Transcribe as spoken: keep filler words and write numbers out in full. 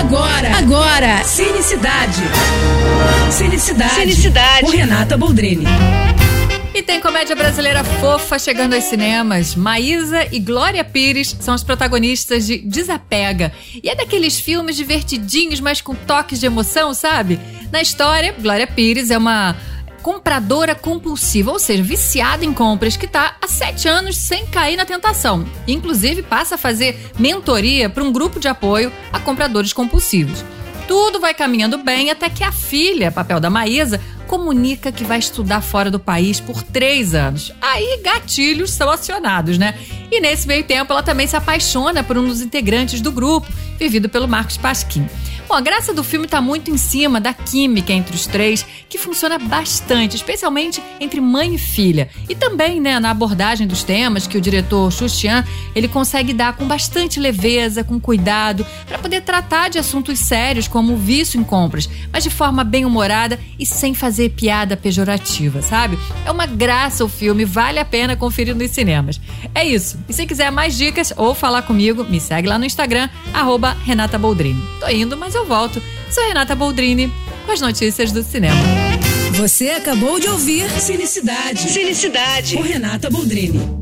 Agora, agora, Cinecidade. Cinecidade. Cinecidade. Com Renata Boldrini. E tem comédia brasileira fofa chegando aos cinemas. Maísa e Glória Pires são as protagonistas de Desapega. E é daqueles filmes divertidinhos, mas com toques de emoção, sabe? Na história, Glória Pires é uma compradora compulsiva, ou seja, viciada em compras, que está há sete anos sem cair na tentação. Inclusive, passa a fazer mentoria para um grupo de apoio a compradores compulsivos. Tudo vai caminhando bem até que a filha, papel da Maísa, comunica que vai estudar fora do país por três anos. Aí gatilhos são acionados, né? E nesse meio tempo ela também se apaixona por um dos integrantes do grupo, vivido pelo Marcos Pasquim. Bom, a graça do filme está muito em cima da química entre os três, que funciona bastante, especialmente entre mãe e filha. E também, né, na abordagem dos temas que o diretor Xuxian, ele consegue dar com bastante leveza, com cuidado, para poder tratar de assuntos sérios como o vício em compras, mas de forma bem humorada e sem fazer piada pejorativa, sabe? É uma graça o filme, vale a pena conferir nos cinemas. É isso. E se quiser mais dicas ou falar comigo, me segue lá no Instagram, arroba Renata Boldrini. Tô indo, mas eu volto. Sou Renata Boldrini com as notícias do cinema. Você acabou de ouvir Cinecidade. Cinecidade. Com Renata Boldrini.